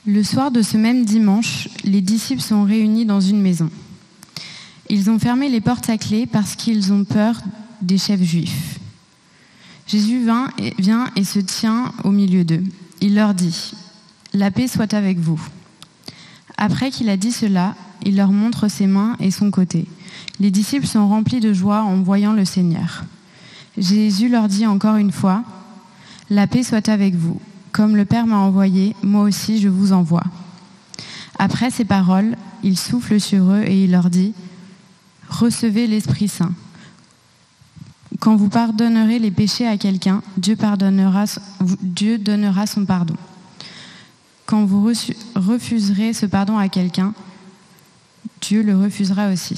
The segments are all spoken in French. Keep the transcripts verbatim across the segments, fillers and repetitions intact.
Le soir de ce même dimanche, les disciples sont réunis dans une maison. Ils ont fermé les portes à clé parce qu'ils ont peur des chefs juifs. Jésus vint et, vient et se tient au milieu d'eux. Il leur dit « La paix soit avec vous ». Après qu'il a dit cela, il leur montre ses mains et son côté. Les disciples sont remplis de joie en voyant le Seigneur. Jésus leur dit encore une fois « La paix soit avec vous. Comme le Père m'a envoyé, moi aussi je vous envoie. » Après ces paroles, il souffle sur eux et il leur dit « Recevez l'Esprit Saint. Quand vous pardonnerez les péchés à quelqu'un, Dieu pardonnera, Dieu donnera son pardon. Quand vous refuserez ce pardon à quelqu'un, Dieu le refusera aussi. »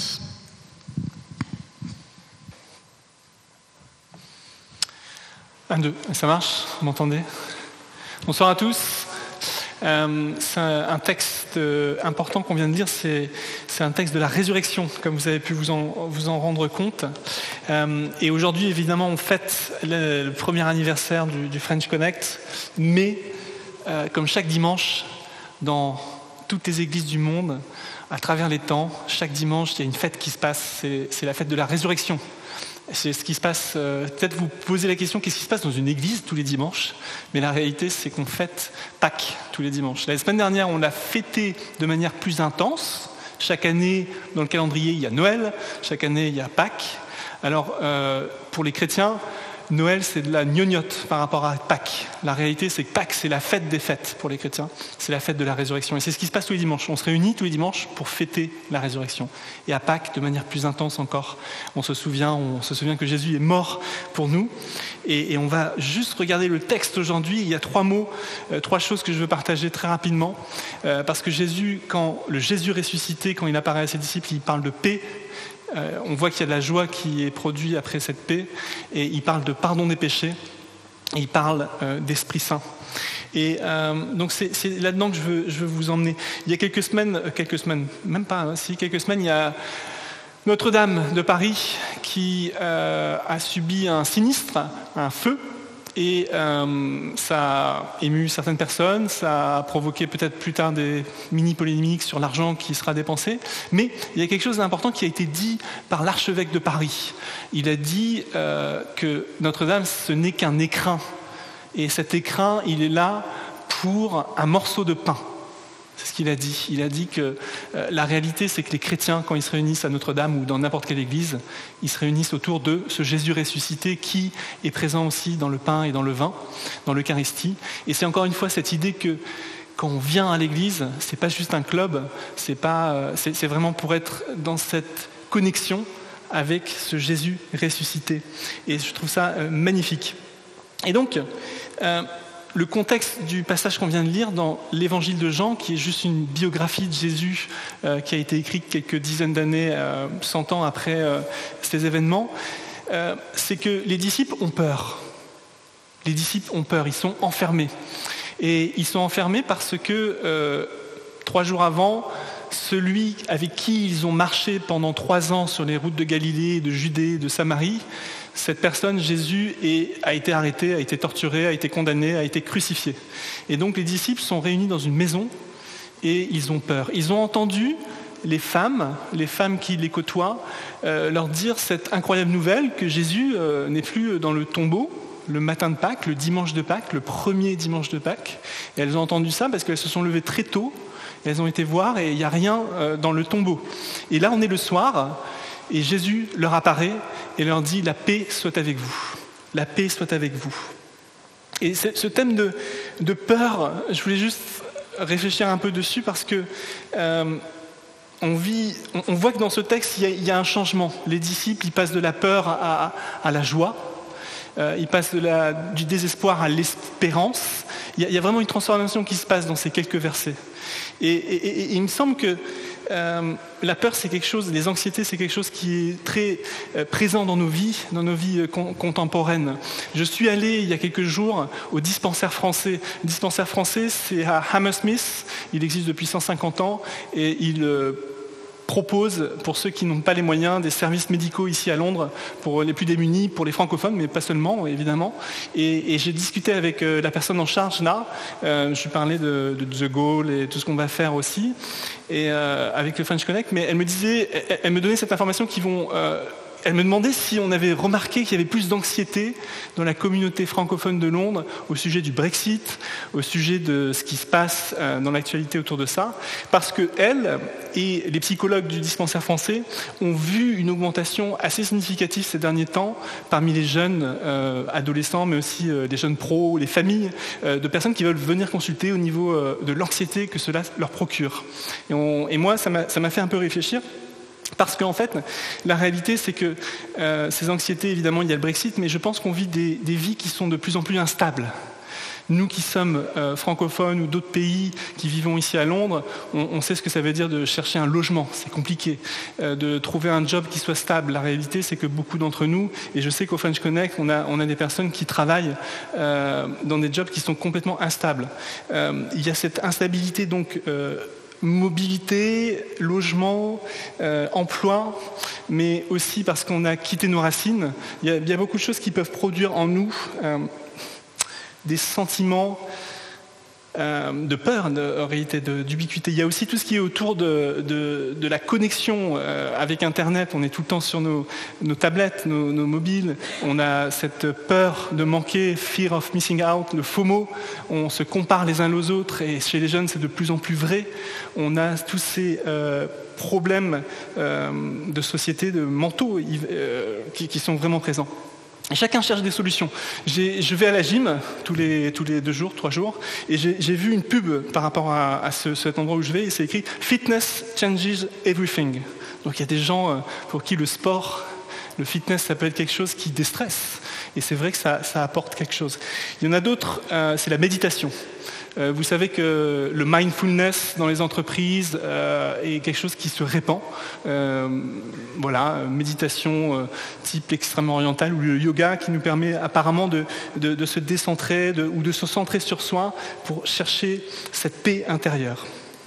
Un, deux, ça marche? Vous m'entendez? Bonsoir à tous. Euh, c'est un, un texte euh, important qu'on vient de lire, c'est, c'est un texte de la résurrection, comme vous avez pu vous en, vous en rendre compte. Euh, et aujourd'hui, évidemment, on fête le, le premier anniversaire du, du French Connect, mais euh, comme chaque dimanche, dans toutes les églises du monde, à travers les temps, chaque dimanche, il y a une fête qui se passe, c'est, c'est la fête de la résurrection. C'est ce qui se passe, euh, peut-être vous posez la question, qu'est-ce qui se passe dans une église tous les dimanches? Mais la réalité, c'est qu'on fête Pâques tous les dimanches. La semaine dernière, on l'a fêté de manière plus intense. Chaque année, dans le calendrier, il y a Noël. Chaque année, il y a Pâques. Alors, euh, pour les chrétiens, Noël, c'est de la gnognotte par rapport à Pâques. La réalité, c'est que Pâques, c'est la fête des fêtes pour les chrétiens. C'est la fête de la résurrection. Et c'est ce qui se passe tous les dimanches. On se réunit tous les dimanches pour fêter la résurrection. Et à Pâques, de manière plus intense encore, on se souvient, on se souvient que Jésus est mort pour nous. Et, et on va juste regarder le texte aujourd'hui. Il y a trois mots, euh, trois choses que je veux partager très rapidement. Euh, parce que Jésus, quand le Jésus ressuscité, quand il apparaît à ses disciples, il parle de paix. Euh, on voit qu'il y a de la joie qui est produite après cette paix, et il parle de pardon des péchés, et il parle euh, d'Esprit Saint. Et euh, donc c'est, c'est là-dedans que je veux, je veux vous emmener. Il y a quelques semaines, quelques semaines, même pas, hein, si quelques semaines, il y a Notre-Dame de Paris qui euh, a subi un sinistre, un feu. Et euh, ça a ému certaines personnes, ça a provoqué peut-être plus tard des mini-polémiques sur l'argent qui sera dépensé. Mais il y a quelque chose d'important qui a été dit par l'archevêque de Paris. Il a dit euh, que Notre-Dame, ce n'est qu'un écrin. Et cet écrin, il est là pour un morceau de pain. C'est ce qu'il a dit. Il a dit que euh, la réalité, c'est que les chrétiens, quand ils se réunissent à Notre-Dame ou dans n'importe quelle église, ils se réunissent autour de ce Jésus ressuscité qui est présent aussi dans le pain et dans le vin, dans l'Eucharistie. Et c'est encore une fois cette idée que quand on vient à l'église, c'est pas juste un club, c'est, pas, euh, c'est, c'est vraiment pour être dans cette connexion avec ce Jésus ressuscité. Et je trouve ça euh, magnifique. Et donc, euh, le contexte du passage qu'on vient de lire dans l'évangile de Jean, qui est juste une biographie de Jésus euh, qui a été écrite quelques dizaines d'années, euh, cent ans après euh, ces événements, euh, c'est que les disciples ont peur. Les disciples ont peur, ils sont enfermés. Et ils sont enfermés parce que euh, trois jours avant, celui avec qui ils ont marché pendant trois ans sur les routes de Galilée, de Judée, de Samarie, cette personne, Jésus, est, a été arrêté, a été torturé, a été condamné, a été crucifié. Et donc les disciples sont réunis dans une maison et ils ont peur. Ils ont entendu les femmes, les femmes qui les côtoient, euh, leur dire cette incroyable nouvelle que Jésus euh, n'est plus dans le tombeau le matin de Pâques, le dimanche de Pâques, le premier dimanche de Pâques. Et elles ont entendu ça parce qu'elles se sont levées très tôt. Elles ont été voir et il n'y a rien euh, dans le tombeau. Et là, on est le soir. Et Jésus leur apparaît et leur dit « La paix soit avec vous. La paix soit avec vous. » Et ce thème de, de peur, je voulais juste réfléchir un peu dessus parce que euh, on, vit, on, on voit que dans ce texte, il y, a, il y a un changement. Les disciples, ils passent de la peur à, à, à la joie. Euh, ils passent de la, du désespoir à l'espérance. Il y, a, il y a vraiment une transformation qui se passe dans ces quelques versets. Et, et, et, et il me semble que Euh, la peur, c'est quelque chose, les anxiétés, c'est quelque chose qui est très euh, présent dans nos vies, dans nos vies euh, con- contemporaines. Je suis allé il y a quelques jours au dispensaire français. Le dispensaire français, c'est à Hammersmith. Il existe depuis cent cinquante ans et il euh, propose, pour ceux qui n'ont pas les moyens, des services médicaux ici à Londres, pour les plus démunis, pour les francophones, mais pas seulement, évidemment. Et, et j'ai discuté avec euh, la personne en charge là, euh, je lui parlais de, de The Goal et tout ce qu'on va faire aussi, et euh, avec le French Connect, mais elle me disait, elle, elle me donnait cette information qui vont... Euh, Elle me demandait si on avait remarqué qu'il y avait plus d'anxiété dans la communauté francophone de Londres au sujet du Brexit, au sujet de ce qui se passe dans l'actualité autour de ça, parce qu'elle et les psychologues du dispensaire français ont vu une augmentation assez significative ces derniers temps parmi les jeunes euh, adolescents, mais aussi euh, les jeunes pros, les familles, euh, de personnes qui veulent venir consulter au niveau euh, de l'anxiété que cela leur procure. Et, on, et moi, ça m'a, ça m'a fait un peu réfléchir. Parce qu'en fait, la réalité, c'est que euh, ces anxiétés, évidemment, il y a le Brexit, mais je pense qu'on vit des, des vies qui sont de plus en plus instables. Nous qui sommes euh, francophones ou d'autres pays qui vivons ici à Londres, on, on sait ce que ça veut dire de chercher un logement, c'est compliqué, euh, de trouver un job qui soit stable. La réalité, c'est que beaucoup d'entre nous, et je sais qu'au French Connect, on a, on a des personnes qui travaillent euh, dans des jobs qui sont complètement instables. Euh, il y a cette instabilité, donc... Euh, mobilité, logement, euh, emploi, mais aussi parce qu'on a quitté nos racines. Il y a, il y a beaucoup de choses qui peuvent produire en nous euh, des sentiments euh, de peur, de, en réalité, de, d'ubiquité. Il y a aussi tout ce qui est autour de, de, de la connexion euh, avec Internet. On est tout le temps sur nos, nos tablettes, nos, nos mobiles. On a cette peur de manquer, fear of missing out, le FOMO. On se compare les uns aux autres et chez les jeunes, c'est de plus en plus vrai. On a tous ces euh, problèmes euh, de société, de mentaux euh, qui, qui sont vraiment présents. Et chacun cherche des solutions. J'ai, je vais à la gym tous les, tous les deux jours, trois jours, et j'ai, j'ai vu une pub par rapport à, à ce, cet endroit où je vais, et c'est écrit « Fitness changes everything ». Donc il y a des gens pour qui le sport, le fitness, ça peut être quelque chose qui déstresse. Et c'est vrai que ça, ça apporte quelque chose. Il y en a d'autres, euh, c'est la méditation. Euh, vous savez que le mindfulness dans les entreprises euh, est quelque chose qui se répand. Euh, voilà, méditation euh, type extrêmement orientale, ou le yoga qui nous permet apparemment de, de, de se décentrer de, ou de se centrer sur soi pour chercher cette paix intérieure.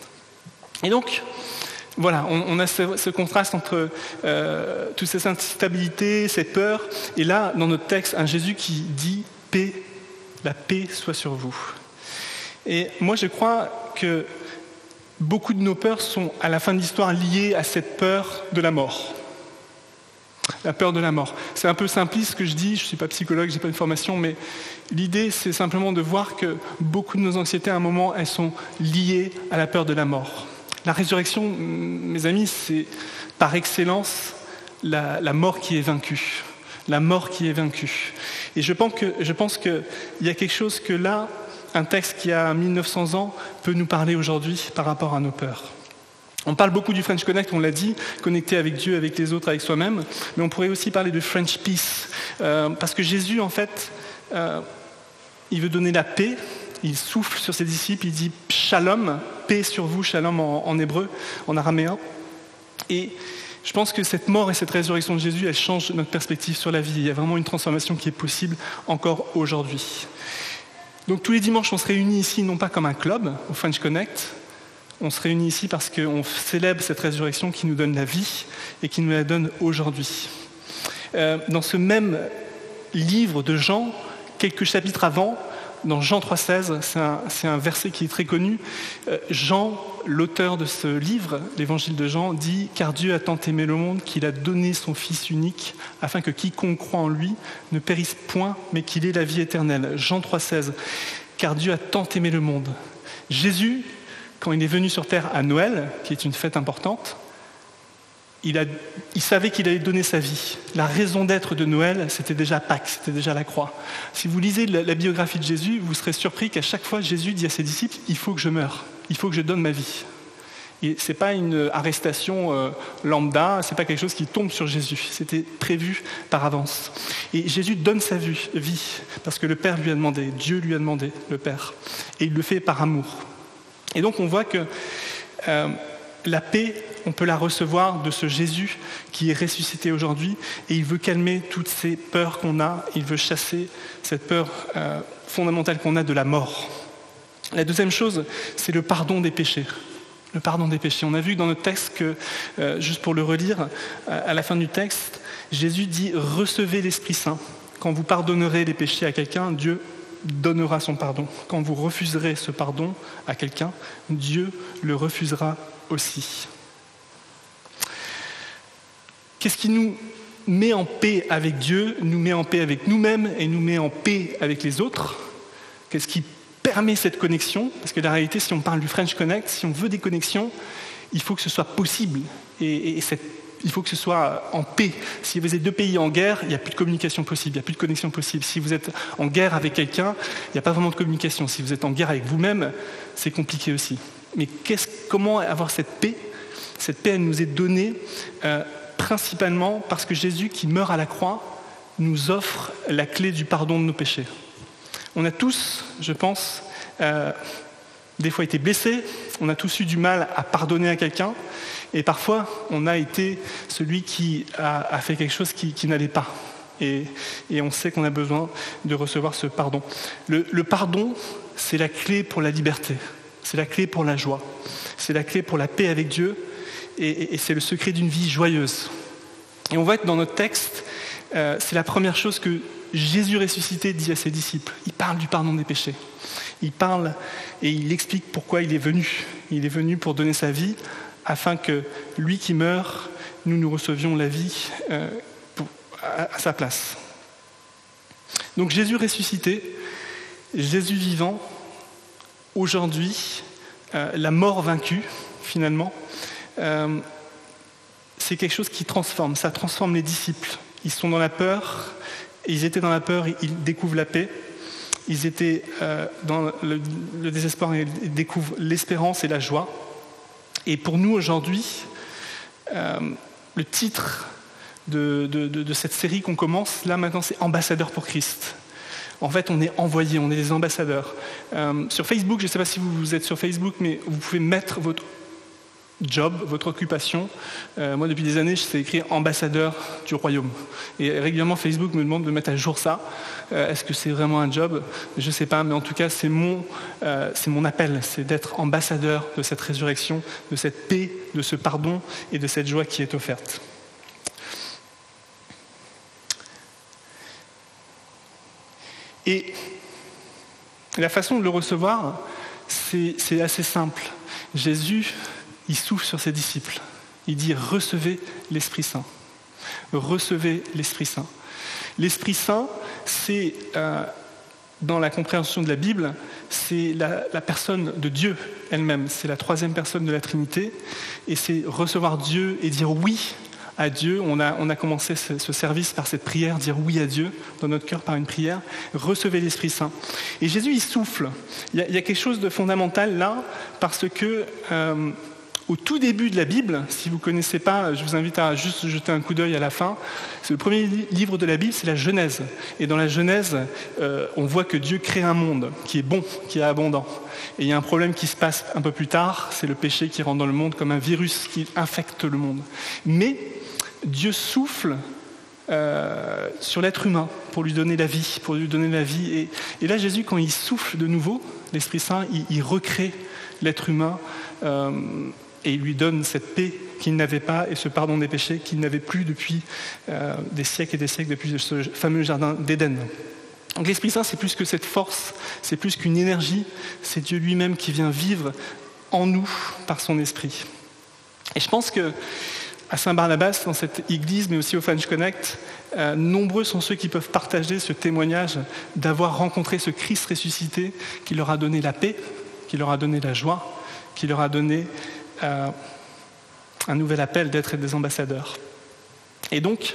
Et donc, voilà, on, on a ce, ce contraste entre euh, toutes ces instabilités, ces peurs, et là, dans notre texte, un Jésus qui dit « paix, la paix soit sur vous ». Et moi, je crois que beaucoup de nos peurs sont, à la fin de l'histoire, liées à cette peur de la mort. La peur de la mort. C'est un peu simpliste ce que je dis, je ne suis pas psychologue, je n'ai pas une formation, mais l'idée, c'est simplement de voir que beaucoup de nos anxiétés, à un moment, elles sont liées à la peur de la mort. La résurrection, mes amis, c'est par excellence la, la mort qui est vaincue. La mort qui est vaincue. Et je pense que, je pense qu'il y a quelque chose que là, un texte qui a mille neuf cents ans peut nous parler aujourd'hui par rapport à nos peurs. On parle beaucoup du French Connect, on l'a dit, connecté avec Dieu, avec les autres, avec soi-même, mais on pourrait aussi parler de French Peace, euh, parce que Jésus, en fait, euh, il veut donner la paix, il souffle sur ses disciples, il dit « Shalom », paix sur vous, shalom en, en hébreu, en araméen, et je pense que cette mort et cette résurrection de Jésus, elle change notre perspective sur la vie. Il y a vraiment une transformation qui est possible encore aujourd'hui. Donc tous les dimanches, on se réunit ici, non pas comme un club, au French Connect, on se réunit ici parce qu'on célèbre cette résurrection qui nous donne la vie et qui nous la donne aujourd'hui. Euh, dans ce même livre de Jean, quelques chapitres avant, dans Jean trois seize, c'est un, c'est un verset qui est très connu, euh, Jean, l'auteur de ce livre, l'évangile de Jean, dit « Car Dieu a tant aimé le monde qu'il a donné son Fils unique, afin que quiconque croit en lui ne périsse point, mais qu'il ait la vie éternelle. » Jean trois seize, « Car Dieu a tant aimé le monde. » Jésus, quand il est venu sur terre à Noël, qui est une fête importante, il, a, il savait qu'il allait donner sa vie. La raison d'être de Noël, c'était déjà Pâques, c'était déjà la croix. Si vous lisez la, la biographie de Jésus, vous serez surpris qu'à chaque fois, Jésus dit à ses disciples « Il faut que je meure, il faut que je donne ma vie ». Et ce n'est pas une arrestation euh, lambda, ce n'est pas quelque chose qui tombe sur Jésus. C'était prévu par avance. Et Jésus donne sa vie, vie parce que le Père lui a demandé, Dieu lui a demandé, le Père. Et il le fait par amour. Et donc on voit que euh, la paix, on peut la recevoir de ce Jésus qui est ressuscité aujourd'hui, et il veut calmer toutes ces peurs qu'on a, il veut chasser cette peur euh, fondamentale qu'on a de la mort. La deuxième chose, c'est le pardon des péchés. Le pardon des péchés. On a vu dans notre texte que, euh, juste pour le relire, à la fin du texte, Jésus dit « Recevez l'Esprit Saint. Quand vous pardonnerez les péchés à quelqu'un, Dieu donnera son pardon. Quand vous refuserez ce pardon à quelqu'un, Dieu le refusera aussi. » Qu'est-ce qui nous met en paix avec Dieu, nous met en paix avec nous-mêmes et nous met en paix avec les autres? Qu'est-ce qui permet cette connexion? Parce que la réalité, si on parle du French Connect, si on veut des connexions, il faut que ce soit possible. Et, et, et cette, il faut que ce soit en paix. Si vous êtes deux pays en guerre, il n'y a plus de communication possible, il n'y a plus de connexion possible. Si vous êtes en guerre avec quelqu'un, il n'y a pas vraiment de communication. Si vous êtes en guerre avec vous-même, c'est compliqué aussi. Mais qu'est-ce, comment avoir cette paix? Cette paix, elle nous est donnée euh, principalement parce que Jésus, qui meurt à la croix, nous offre la clé du pardon de nos péchés. On a tous, je pense, euh, des fois été blessés, on a tous eu du mal à pardonner à quelqu'un, et parfois on a été celui qui a, a fait quelque chose qui, qui n'allait pas. Et, et on sait qu'on a besoin de recevoir ce pardon. Le, le pardon, c'est la clé pour la liberté, c'est la clé pour la joie, c'est la clé pour la paix avec Dieu, et, et, et c'est le secret d'une vie joyeuse. Et on voit que dans notre texte, euh, c'est la première chose que Jésus ressuscité dit à ses disciples. Il parle du pardon des péchés. Il parle et il explique pourquoi il est venu. Il est venu pour donner sa vie afin que lui qui meurt, nous nous recevions la vie euh, pour, à, à sa place. Donc Jésus ressuscité, Jésus vivant, aujourd'hui, euh, la mort vaincue, finalement, euh, c'est quelque chose qui transforme. Ça transforme les disciples. Ils sont dans la peur. Ils étaient dans la peur, ils découvrent la paix. Ils étaient euh, dans le, le désespoir, ils découvrent l'espérance et la joie. Et pour nous aujourd'hui, euh, le titre de, de, de, de cette série qu'on commence, là maintenant, c'est « Ambassadeurs pour Christ ». En fait, on est envoyés, on est des ambassadeurs. Euh, sur Facebook, je ne sais pas si vous êtes sur Facebook, mais vous pouvez mettre votre job, votre occupation. Euh, moi, depuis des années, je sais écrire ambassadeur du royaume. Et régulièrement, Facebook me demande de mettre à jour ça. Euh, est-ce que c'est vraiment un job? Je ne sais pas, mais en tout cas, c'est mon, euh, c'est mon appel, c'est d'être ambassadeur de cette résurrection, de cette paix, de ce pardon et de cette joie qui est offerte. Et la façon de le recevoir, c'est, c'est assez simple. Jésus, il souffle sur ses disciples. Il dit « Recevez l'Esprit Saint ». Recevez l'Esprit Saint. L'Esprit Saint, c'est, euh, dans la compréhension de la Bible, c'est la, la personne de Dieu elle-même. C'est la troisième personne de la Trinité. Et c'est recevoir Dieu et dire oui à Dieu. On a, on a commencé ce, ce service par cette prière, dire oui à Dieu dans notre cœur par une prière. Recevez l'Esprit Saint. Et Jésus, il souffle. Il y a, il y a quelque chose de fondamental là, parce que euh, au tout début de la Bible, si vous ne connaissez pas, je vous invite à juste jeter un coup d'œil à la fin. C'est le premier livre de la Bible, c'est la Genèse. Et dans la Genèse, euh, on voit que Dieu crée un monde qui est bon, qui est abondant. Et il y a un problème qui se passe un peu plus tard, c'est le péché qui rentre dans le monde comme un virus qui infecte le monde. Mais Dieu souffle euh, sur l'être humain pour lui donner la vie, pour lui donner la vie. Et, et là, Jésus, quand il souffle de nouveau, l'Esprit Saint, il, il recrée l'être humain euh, et il lui donne cette paix qu'il n'avait pas et ce pardon des péchés qu'il n'avait plus depuis euh, des siècles et des siècles, depuis ce fameux jardin d'Éden. Donc l'Esprit Saint, c'est plus que cette force, c'est plus qu'une énergie, c'est Dieu lui-même qui vient vivre en nous par son Esprit. Et je pense que à Saint-Barnabas, dans cette église, mais aussi au French Connect, euh, nombreux sont ceux qui peuvent partager ce témoignage d'avoir rencontré ce Christ ressuscité qui leur a donné la paix, qui leur a donné la joie, qui leur a donné euh, un nouvel appel d'être des ambassadeurs. Et donc,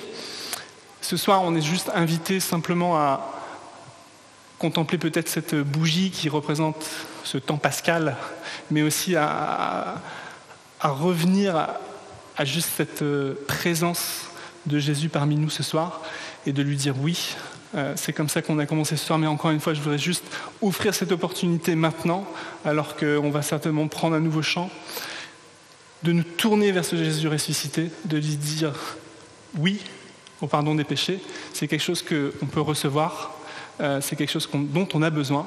ce soir, on est juste invités simplement à contempler peut-être cette bougie qui représente ce temps pascal, mais aussi à, à, à revenir à, à juste cette présence de Jésus parmi nous ce soir et de lui dire oui. Euh, c'est comme ça qu'on a commencé ce soir, mais encore une fois, je voudrais juste offrir cette opportunité maintenant, alors qu'on va certainement prendre un nouveau chant, de nous tourner vers ce Jésus ressuscité, de lui dire oui au pardon des péchés. C'est quelque chose qu'on peut recevoir, euh, c'est quelque chose qu'on, dont on a besoin,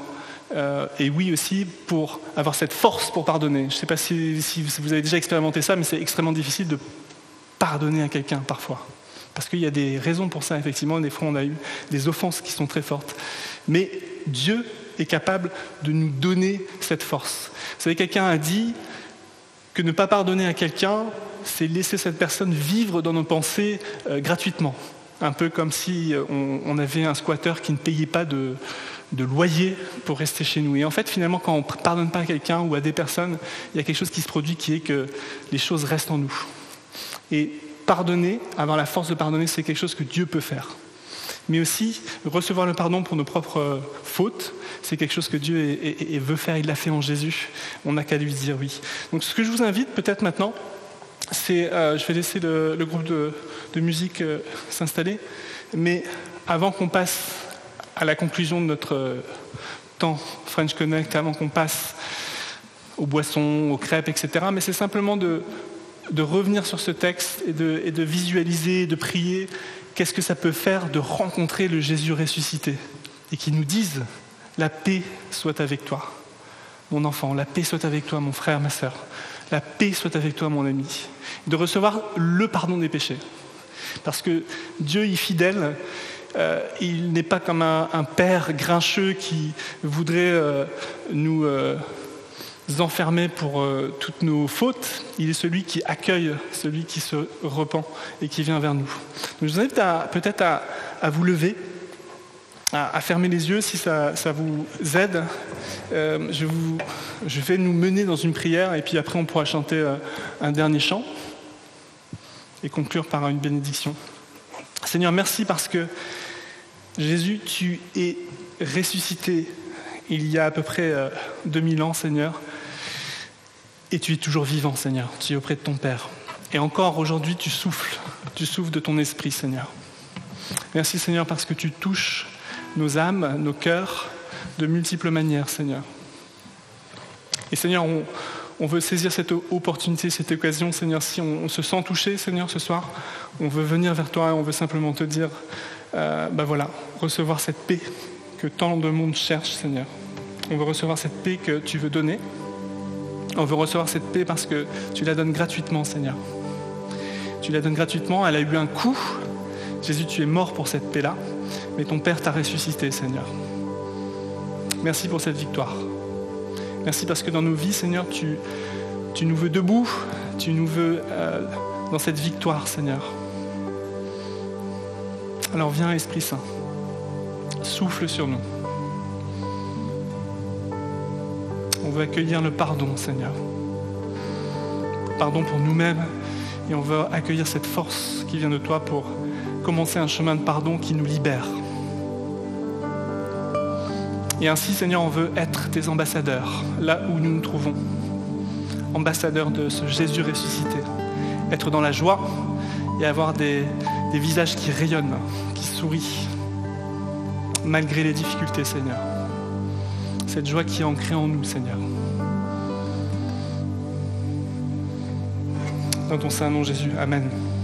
Euh, et oui aussi pour avoir cette force pour pardonner. Je ne sais pas si, si vous avez déjà expérimenté ça, mais c'est extrêmement difficile de pardonner à quelqu'un parfois. Parce qu'il y a des raisons pour ça, effectivement. Des fois, on a eu des offenses qui sont très fortes. Mais Dieu est capable de nous donner cette force. Vous savez, quelqu'un a dit que ne pas pardonner à quelqu'un, c'est laisser cette personne vivre dans nos pensées euh, gratuitement. Un peu comme si on, on avait un squatteur qui ne payait pas de, de loyer pour rester chez nous. Et en fait, finalement, quand on ne pardonne pas à quelqu'un ou à des personnes, il y a quelque chose qui se produit qui est que les choses restent en nous. Et pardonner, avoir la force de pardonner, c'est quelque chose que Dieu peut faire. Mais aussi, recevoir le pardon pour nos propres fautes, c'est quelque chose que Dieu est, est, est, veut faire, il l'a fait en Jésus. On n'a qu'à lui dire oui. Donc ce que je vous invite peut-être maintenant, c'est, euh, je vais laisser le, le groupe de, de musique euh, s'installer, mais avant qu'on passe à la conclusion de notre euh, temps French Connect, avant qu'on passe aux boissons, aux crêpes, et cetera, mais c'est simplement de, de revenir sur ce texte et de, et de visualiser, de prier. Qu'est-ce que ça peut faire de rencontrer le Jésus ressuscité et qui nous dise « La paix soit avec toi, mon enfant, la paix soit avec toi, mon frère, ma sœur, la paix soit avec toi, mon ami ». De recevoir le pardon des péchés. Parce que Dieu est fidèle, euh, il n'est pas comme un, un père grincheux qui voudrait euh, nous euh, enfermer pour euh, toutes nos fautes. Il est celui qui accueille, celui qui se repent et qui vient vers nous. Donc je vous invite à, peut-être à, à vous lever, à, à fermer les yeux si ça, ça vous aide. Euh, je, vous, je vais nous mener dans une prière et puis après on pourra chanter euh, un dernier chant et conclure par une bénédiction. Seigneur, merci parce que Jésus, tu es ressuscité il y a à peu près euh, deux mille ans, Seigneur, et tu es toujours vivant, Seigneur. Tu es auprès de ton Père. Et encore aujourd'hui, tu souffles, tu souffles de ton esprit, Seigneur. Merci, Seigneur, parce que tu touches nos âmes, nos cœurs, de multiples manières, Seigneur. Et Seigneur, on, on veut saisir cette opportunité, cette occasion, Seigneur, si on, on se sent touché, Seigneur, ce soir, on veut venir vers toi et on veut simplement te dire, euh, ben voilà, recevoir cette paix que tant de monde cherche, Seigneur. On veut recevoir cette paix que tu veux donner. On veut recevoir cette paix parce que tu la donnes gratuitement, Seigneur. Tu la donnes gratuitement, elle a eu un coût. Jésus, tu es mort pour cette paix-là, mais ton Père t'a ressuscité, Seigneur. Merci pour cette victoire. Merci parce que dans nos vies, Seigneur, tu, tu nous veux debout, tu nous veux euh, dans cette victoire, Seigneur. Alors viens, Esprit Saint, souffle sur nous. On veut accueillir le pardon, Seigneur. Pardon pour nous-mêmes, et on veut accueillir cette force qui vient de toi pour commencer un chemin de pardon qui nous libère. Et ainsi, Seigneur, on veut être tes ambassadeurs, là où nous nous trouvons. Ambassadeurs de ce Jésus ressuscité. Être dans la joie et avoir des, des visages qui rayonnent, qui sourient, malgré les difficultés, Seigneur. Cette joie qui est ancrée en nous, Seigneur. Dans ton saint nom, Jésus. Amen.